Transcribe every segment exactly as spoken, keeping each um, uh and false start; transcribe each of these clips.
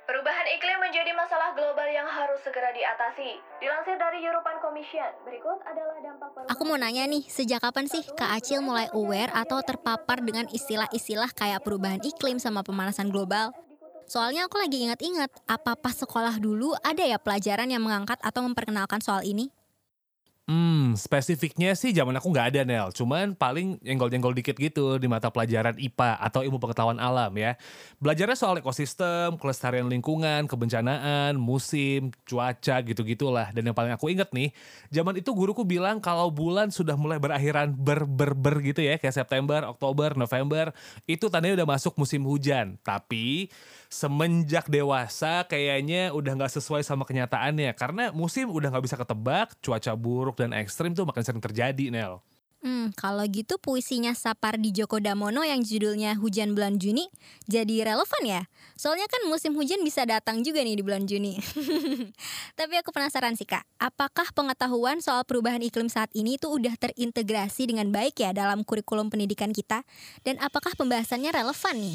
Perubahan iklim menjadi masalah global yang harus segera diatasi. Dilansir dari European Commission, berikut adalah dampak perubahan. Aku mau nanya nih, sejak kapan sih Kak Acil mulai aware atau terpapar dengan istilah-istilah kayak perubahan iklim sama pemanasan global? Soalnya aku lagi ingat-ingat, apa pas sekolah dulu ada ya pelajaran yang mengangkat atau memperkenalkan soal ini? Hmm, spesifiknya sih zaman aku nggak ada, Nel. Cuman paling nyenggol-nyenggol dikit gitu di mata pelajaran I P A atau ilmu pengetahuan alam ya. Belajarnya soal ekosistem, kelestarian lingkungan, kebencanaan, musim, cuaca gitu-gitulah. Dan yang paling aku inget nih, zaman itu guruku bilang kalau bulan sudah mulai berakhiran ber-ber-ber gitu ya, kayak September, Oktober, November, itu tandanya udah masuk musim hujan. Tapi semenjak dewasa kayaknya udah nggak sesuai sama kenyataannya karena musim udah nggak bisa ketebak, cuaca buruk dan ekstrim tuh makin sering terjadi, Nel. Hmm, kalau gitu puisinya Sapardi Djoko Damono yang judulnya Hujan Bulan Juni jadi relevan ya? Soalnya kan musim hujan bisa datang juga nih di bulan Juni. Tapi aku penasaran sih Kak, apakah pengetahuan soal perubahan iklim saat ini tuh udah terintegrasi dengan baik ya dalam kurikulum pendidikan kita? Dan apakah pembahasannya relevan nih?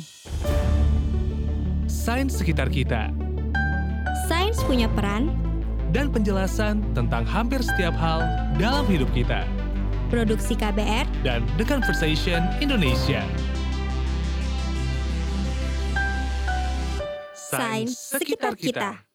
Sains sekitar kita Sains punya peran. dan penjelasan tentang hampir setiap hal dalam hidup kita. Produksi K B R. Dan The Conversation Indonesia. Sains sekitar kita.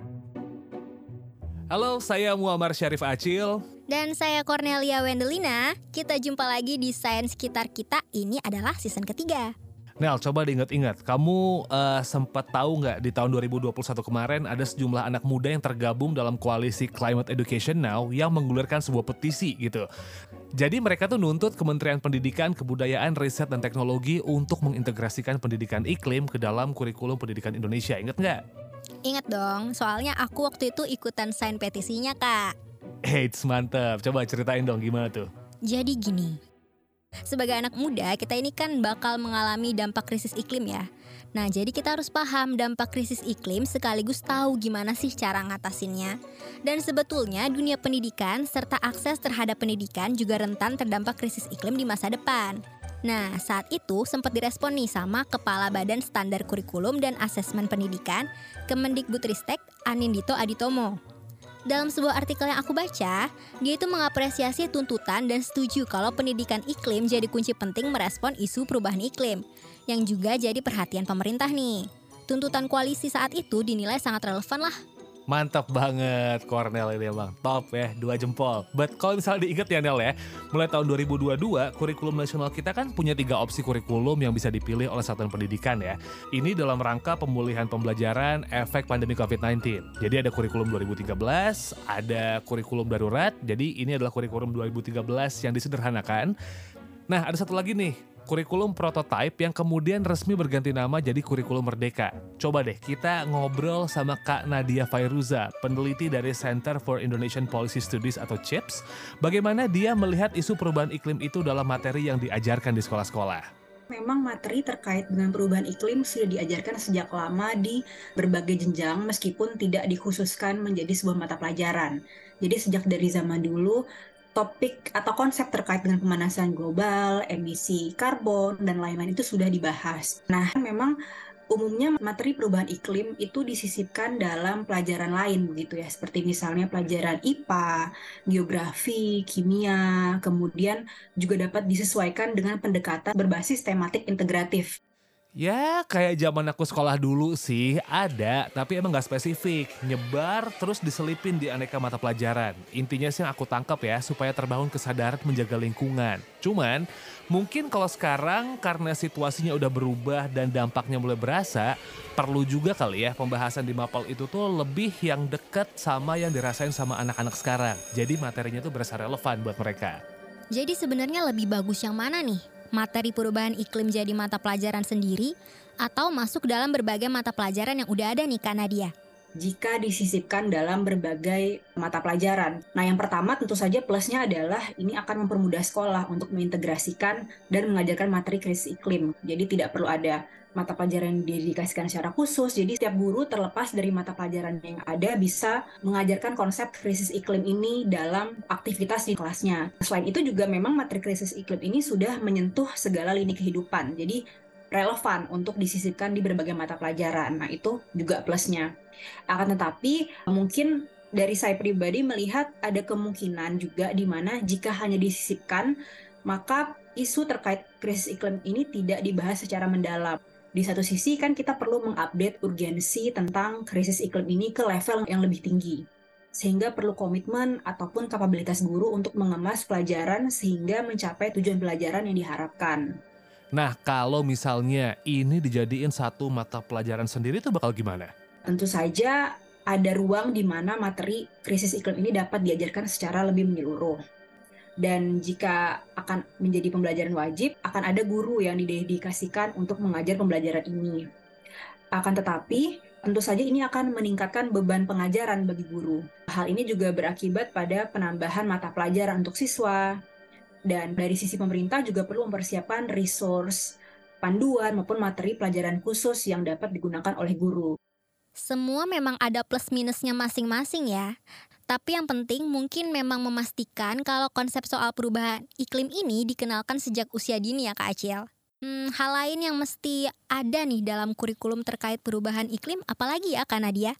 Halo, saya Muammar Syarif Acil. Dan saya Cornelia Wendelina. Kita jumpa lagi di Sains Sekitar Kita. Ini adalah season ketiga. Nel, coba diingat-ingat, kamu uh, sempat tahu nggak di tahun dua ribu dua puluh satu kemarin ada sejumlah anak muda yang tergabung dalam koalisi Climate Education Now yang menggulirkan sebuah petisi gitu. Jadi mereka tuh nuntut Kementerian Pendidikan, Kebudayaan, Riset, dan Teknologi untuk mengintegrasikan pendidikan iklim ke dalam kurikulum pendidikan Indonesia. Ingat nggak? Ingat dong, soalnya aku waktu itu ikutan sign petisinya Kak. Eits, mantap. Coba ceritain dong gimana tuh. Jadi gini, sebagai anak muda, kita ini kan bakal mengalami dampak krisis iklim ya. Nah, jadi kita harus paham dampak krisis iklim sekaligus tahu gimana sih cara ngatasinnya. Dan sebetulnya dunia pendidikan serta akses terhadap pendidikan juga rentan terdampak krisis iklim di masa depan. Nah, saat itu sempat direspon nih sama Kepala Badan Standar Kurikulum dan Asesmen Pendidikan, Kemendikbudristek, Anindito Aditomo. Dalam sebuah artikel yang aku baca, dia itu mengapresiasi tuntutan dan setuju kalau pendidikan iklim jadi kunci penting merespon isu perubahan iklim, yang juga jadi perhatian pemerintah nih. Tuntutan koalisi saat itu dinilai sangat relevan lah. Mantap banget, Cornel ini emang top ya, dua jempol. But kalau misalnya diingat ya Nel ya, mulai tahun dua ribu dua puluh dua, kurikulum nasional kita kan punya tiga opsi kurikulum yang bisa dipilih oleh satuan pendidikan ya. Ini dalam rangka pemulihan pembelajaran efek pandemi covid sembilan belas. Jadi ada kurikulum dua ribu tiga belas, ada kurikulum darurat, jadi ini adalah kurikulum dua ribu tiga belas yang disederhanakan. Nah, ada satu lagi nih, kurikulum prototype yang kemudian resmi berganti nama jadi kurikulum merdeka. Coba deh kita ngobrol sama Kak Nadia Fairuza, peneliti dari Center for Indonesian Policy Studies atau CIPS, bagaimana dia melihat isu perubahan iklim itu dalam materi yang diajarkan di sekolah-sekolah. Memang materi terkait dengan perubahan iklim sudah diajarkan sejak lama di berbagai jenjang meskipun tidak dikhususkan menjadi sebuah mata pelajaran. Jadi sejak dari zaman dulu, topik atau konsep terkait dengan pemanasan global, emisi karbon, dan lain-lain itu sudah dibahas. Nah, memang umumnya materi perubahan iklim itu disisipkan dalam pelajaran lain begitu ya, seperti misalnya pelajaran I P A, geografi, kimia, kemudian juga dapat disesuaikan dengan pendekatan berbasis tematik integratif. Ya, kayak zaman aku sekolah dulu sih, ada, tapi emang gak spesifik. Nyebar, terus diselipin di aneka mata pelajaran. Intinya sih yang aku tangkap ya, supaya terbangun kesadaran menjaga lingkungan. Cuman, mungkin kalau sekarang karena situasinya udah berubah dan dampaknya mulai berasa, perlu juga kali ya pembahasan di Mapel itu tuh lebih yang deket sama yang dirasain sama anak-anak sekarang. Jadi materinya tuh berasa relevan buat mereka. Jadi sebenarnya lebih bagus yang mana nih? Materi perubahan iklim jadi mata pelajaran sendiri atau masuk dalam berbagai mata pelajaran yang udah ada nih Kak Nadia? Jika disisipkan dalam berbagai mata pelajaran. Nah, yang pertama tentu saja plusnya adalah ini akan mempermudah sekolah untuk mengintegrasikan dan mengajarkan materi krisis iklim. Jadi tidak perlu ada mata pelajaran yang didedikasikan secara khusus. Jadi setiap guru terlepas dari mata pelajaran yang ada bisa mengajarkan konsep krisis iklim ini dalam aktivitas di kelasnya. Selain itu juga memang materi krisis iklim ini sudah menyentuh segala lini kehidupan. Jadi relevan untuk disisipkan di berbagai mata pelajaran. Nah, itu juga plusnya. Akan tetapi mungkin dari saya pribadi melihat ada kemungkinan juga di mana jika hanya disisipkan, maka isu terkait krisis iklim ini tidak dibahas secara mendalam. Di satu sisi kan kita perlu mengupdate urgensi tentang krisis iklim ini ke level yang lebih tinggi. Sehingga perlu komitmen ataupun kapabilitas guru untuk mengemas pelajaran sehingga mencapai tujuan pelajaran yang diharapkan. Nah, kalau misalnya ini dijadiin satu mata pelajaran sendiri itu bakal gimana? Tentu saja ada ruang di mana materi krisis iklim ini dapat diajarkan secara lebih menyeluruh. Dan jika akan menjadi pembelajaran wajib, akan ada guru yang didedikasikan untuk mengajar pembelajaran ini. Akan tetapi, tentu saja ini akan meningkatkan beban pengajaran bagi guru. Hal ini juga berakibat pada penambahan mata pelajaran untuk siswa. Dan dari sisi pemerintah juga perlu mempersiapkan resource, panduan maupun materi pelajaran khusus yang dapat digunakan oleh guru. Semua memang ada plus minusnya masing-masing ya. Tapi yang penting mungkin memang memastikan kalau konsep soal perubahan iklim ini dikenalkan sejak usia dini ya Kak Acil. Hmm, hal lain yang mesti ada nih dalam kurikulum terkait perubahan iklim apalagi ya Kak Nadia?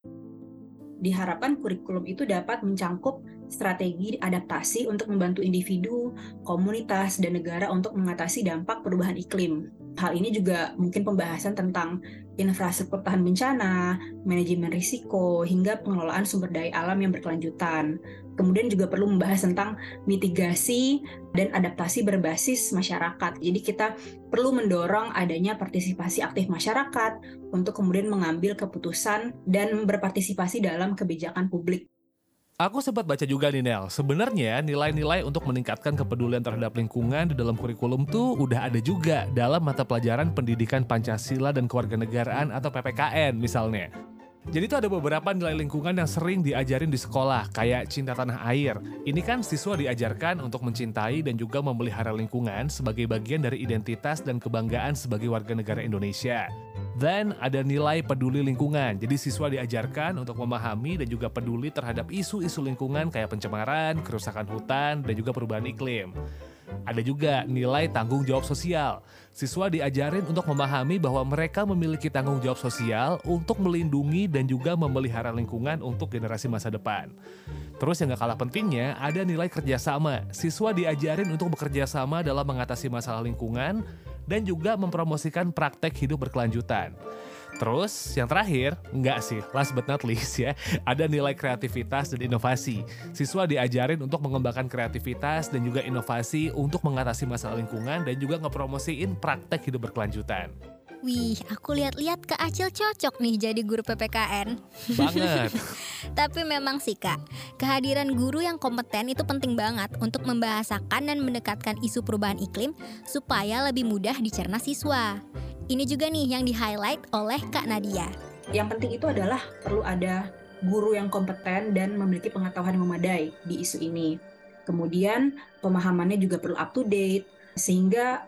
Diharapkan kurikulum itu dapat mencangkup strategi adaptasi untuk membantu individu, komunitas, dan negara untuk mengatasi dampak perubahan iklim. Hal ini juga mungkin pembahasan tentang infrastruktur tahan bencana, manajemen risiko, hingga pengelolaan sumber daya alam yang berkelanjutan. Kemudian juga perlu membahas tentang mitigasi dan adaptasi berbasis masyarakat. Jadi kita perlu mendorong adanya partisipasi aktif masyarakat untuk kemudian mengambil keputusan dan berpartisipasi dalam kebijakan publik. Aku sempat baca juga nih Nel, sebenarnya nilai-nilai untuk meningkatkan kepedulian terhadap lingkungan di dalam kurikulum tuh udah ada juga dalam mata pelajaran pendidikan Pancasila dan Kewarganegaraan atau P P K N misalnya. Jadi tuh ada beberapa nilai lingkungan yang sering diajarin di sekolah, kayak cinta tanah air. Ini kan siswa diajarkan untuk mencintai dan juga memelihara lingkungan sebagai bagian dari identitas dan kebanggaan sebagai warga negara Indonesia. Dan ada nilai peduli lingkungan, jadi siswa diajarkan untuk memahami dan juga peduli terhadap isu-isu lingkungan kayak pencemaran, kerusakan hutan, dan juga perubahan iklim. Ada juga nilai tanggung jawab sosial. Siswa diajarin untuk memahami bahwa mereka memiliki tanggung jawab sosial untuk melindungi dan juga memelihara lingkungan untuk generasi masa depan. Terus yang gak kalah pentingnya, ada nilai kerjasama. Siswa diajarin untuk bekerja sama dalam mengatasi masalah lingkungan dan juga mempromosikan praktek hidup berkelanjutan. Terus yang terakhir, enggak sih, last but not least ya, ada nilai kreativitas dan inovasi. Siswa diajarin untuk mengembangkan kreativitas dan juga inovasi untuk mengatasi masalah lingkungan dan juga ngepromosiin praktek hidup berkelanjutan. Wih, aku lihat-lihat Kak Acil cocok nih jadi guru P P K N. Banget. Tapi memang sih Kak, kehadiran guru yang kompeten itu penting banget untuk membahasakan dan mendekatkan isu perubahan iklim supaya lebih mudah dicerna siswa. Ini juga nih yang di-highlight oleh Kak Nadia. Yang penting itu adalah perlu ada guru yang kompeten dan memiliki pengetahuan yang memadai di isu ini. Kemudian pemahamannya juga perlu up to date sehingga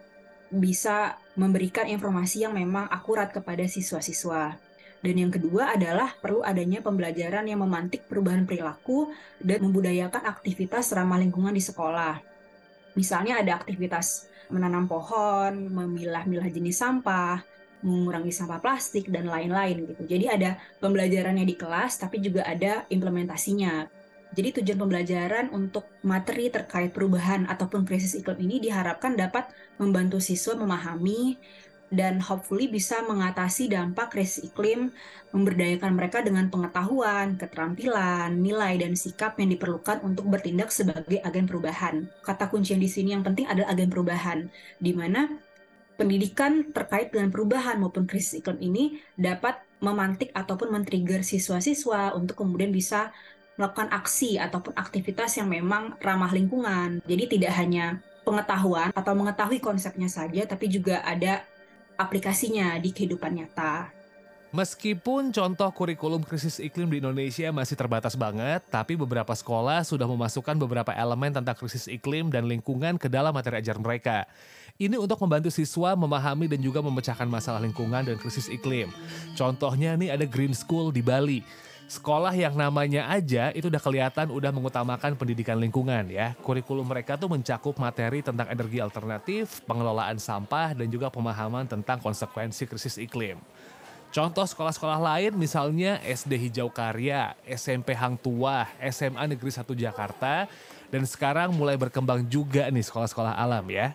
bisa memberikan informasi yang memang akurat kepada siswa-siswa. Dan yang kedua adalah perlu adanya pembelajaran yang memantik perubahan perilaku dan membudayakan aktivitas ramah lingkungan di sekolah. Misalnya ada aktivitas menanam pohon, memilah-milah jenis sampah, mengurangi sampah plastik, dan lain-lain gitu. Jadi ada pembelajarannya di kelas, tapi juga ada implementasinya. Jadi tujuan pembelajaran untuk materi terkait perubahan ataupun krisis iklim ini diharapkan dapat membantu siswa memahami dan hopefully bisa mengatasi dampak krisis iklim, memberdayakan mereka dengan pengetahuan, keterampilan, nilai, dan sikap yang diperlukan untuk bertindak sebagai agen perubahan. Kata kunci yang di sini yang penting adalah agen perubahan, di mana pendidikan terkait dengan perubahan maupun krisis iklim ini dapat memantik ataupun men-trigger siswa-siswa untuk kemudian bisa melakukan aksi ataupun aktivitas yang memang ramah lingkungan. Jadi tidak hanya pengetahuan atau mengetahui konsepnya saja, tapi juga ada aplikasinya di kehidupan nyata. Meskipun contoh kurikulum krisis iklim di Indonesia masih terbatas banget, tapi beberapa sekolah sudah memasukkan beberapa elemen tentang krisis iklim dan lingkungan ke dalam materi ajar mereka. Ini untuk membantu siswa memahami dan juga memecahkan masalah lingkungan dan krisis iklim. Contohnya nih ada Green School di Bali. Sekolah yang namanya aja itu udah kelihatan udah mengutamakan pendidikan lingkungan ya. Kurikulum mereka tuh mencakup materi tentang energi alternatif, pengelolaan sampah, dan juga pemahaman tentang konsekuensi krisis iklim. Contoh sekolah-sekolah lain misalnya S D Hijau Karya, S M P Hang Tuah, S M A Negeri satu Jakarta, dan sekarang mulai berkembang juga nih sekolah-sekolah alam ya.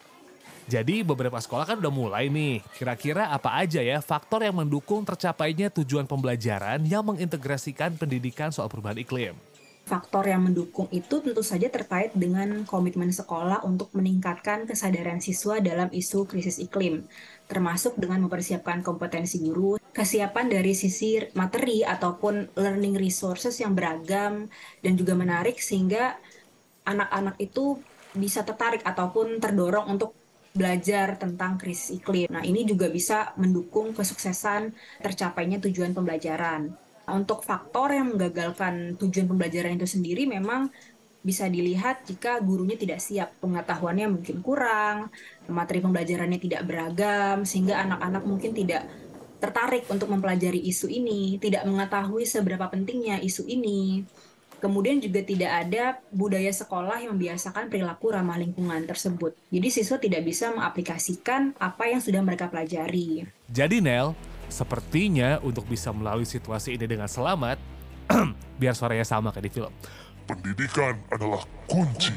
Jadi beberapa sekolah kan udah mulai nih, kira-kira apa aja ya faktor yang mendukung tercapainya tujuan pembelajaran yang mengintegrasikan pendidikan soal perubahan iklim? Faktor yang mendukung itu tentu saja terkait dengan komitmen sekolah untuk meningkatkan kesadaran siswa dalam isu krisis iklim, termasuk dengan mempersiapkan kompetensi guru, kesiapan dari sisi materi ataupun learning resources yang beragam dan juga menarik sehingga anak-anak itu bisa tertarik ataupun terdorong untuk belajar tentang krisis iklim. Nah, ini juga bisa mendukung kesuksesan tercapainya tujuan pembelajaran. Untuk faktor yang menggagalkan tujuan pembelajaran itu sendiri memang bisa dilihat jika gurunya tidak siap, pengetahuannya mungkin kurang, materi pembelajarannya tidak beragam, sehingga anak-anak mungkin tidak tertarik untuk mempelajari isu ini, tidak mengetahui seberapa pentingnya isu ini. Kemudian juga tidak ada budaya sekolah yang membiasakan perilaku ramah lingkungan tersebut. Jadi siswa tidak bisa mengaplikasikan apa yang sudah mereka pelajari. Jadi Nel, sepertinya untuk bisa melalui situasi ini dengan selamat, biar suaranya sama kayak di film. Pendidikan adalah kunci.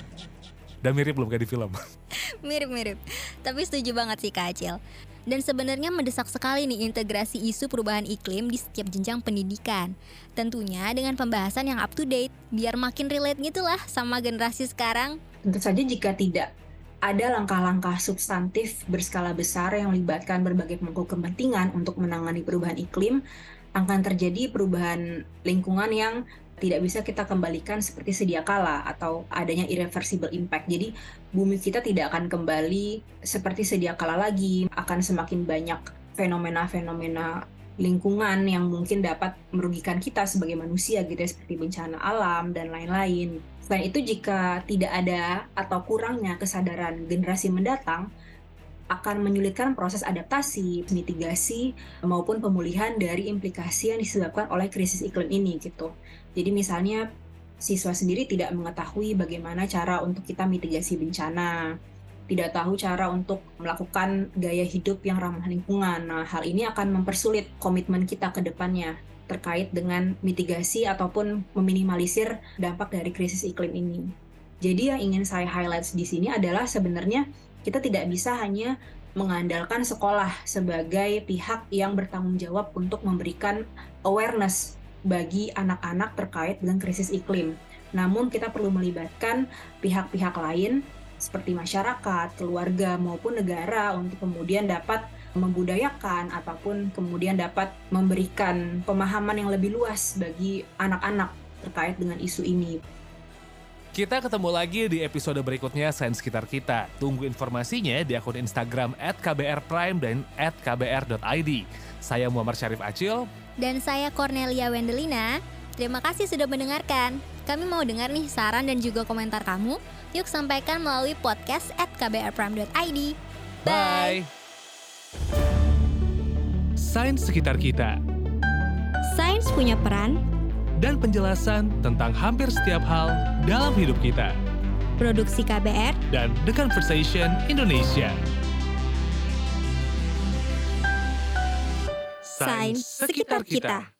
Dan mirip belum kayak di film? Mirip-mirip, tapi setuju banget sih Kak Acil. Dan sebenarnya mendesak sekali nih integrasi isu perubahan iklim di setiap jenjang pendidikan. Tentunya dengan pembahasan yang up to date, biar makin relate gitulah sama generasi sekarang. Tentu saja jika tidak ada langkah-langkah substantif berskala besar yang melibatkan berbagai pemangku kepentingan untuk menangani perubahan iklim, akan terjadi perubahan lingkungan yang tidak bisa kita kembalikan seperti sedia kala atau adanya irreversible impact. Jadi bumi kita tidak akan kembali seperti sedia kala lagi, akan semakin banyak fenomena-fenomena lingkungan yang mungkin dapat merugikan kita sebagai manusia gitu ya, seperti bencana alam dan lain-lain. Selain itu, jika tidak ada atau kurangnya kesadaran generasi mendatang, akan menyulitkan proses adaptasi, mitigasi, maupun pemulihan dari implikasi yang disebabkan oleh krisis iklim ini gitu. Jadi misalnya siswa sendiri tidak mengetahui bagaimana cara untuk kita mitigasi bencana, tidak tahu cara untuk melakukan gaya hidup yang ramah lingkungan. Nah, hal ini akan mempersulit komitmen kita ke depannya terkait dengan mitigasi ataupun meminimalisir dampak dari krisis iklim ini. Jadi yang ingin saya highlight di sini adalah sebenarnya kita tidak bisa hanya mengandalkan sekolah sebagai pihak yang bertanggung jawab untuk memberikan awareness bagi anak-anak terkait dengan krisis iklim. Namun kita perlu melibatkan pihak-pihak lain seperti masyarakat, keluarga, maupun negara untuk kemudian dapat membudayakan ataupun kemudian dapat memberikan pemahaman yang lebih luas bagi anak-anak terkait dengan isu ini. Kita ketemu lagi di episode berikutnya Sains Sekitar Kita. Tunggu informasinya di akun Instagram at k b r prime dan at k b r dot i d. Saya Muhammad Syarif Acil. Dan saya Cornelia Wendelina. Terima kasih sudah mendengarkan. Kami mau dengar nih saran dan juga komentar kamu. Yuk sampaikan melalui podcast at k b r prime dot i d. Bye! Sains Sekitar Kita. Sains punya peran Dan penjelasan tentang hampir setiap hal dalam hidup kita. Produksi K B R Dan The Conversation Indonesia. Sains Sekitar Kita.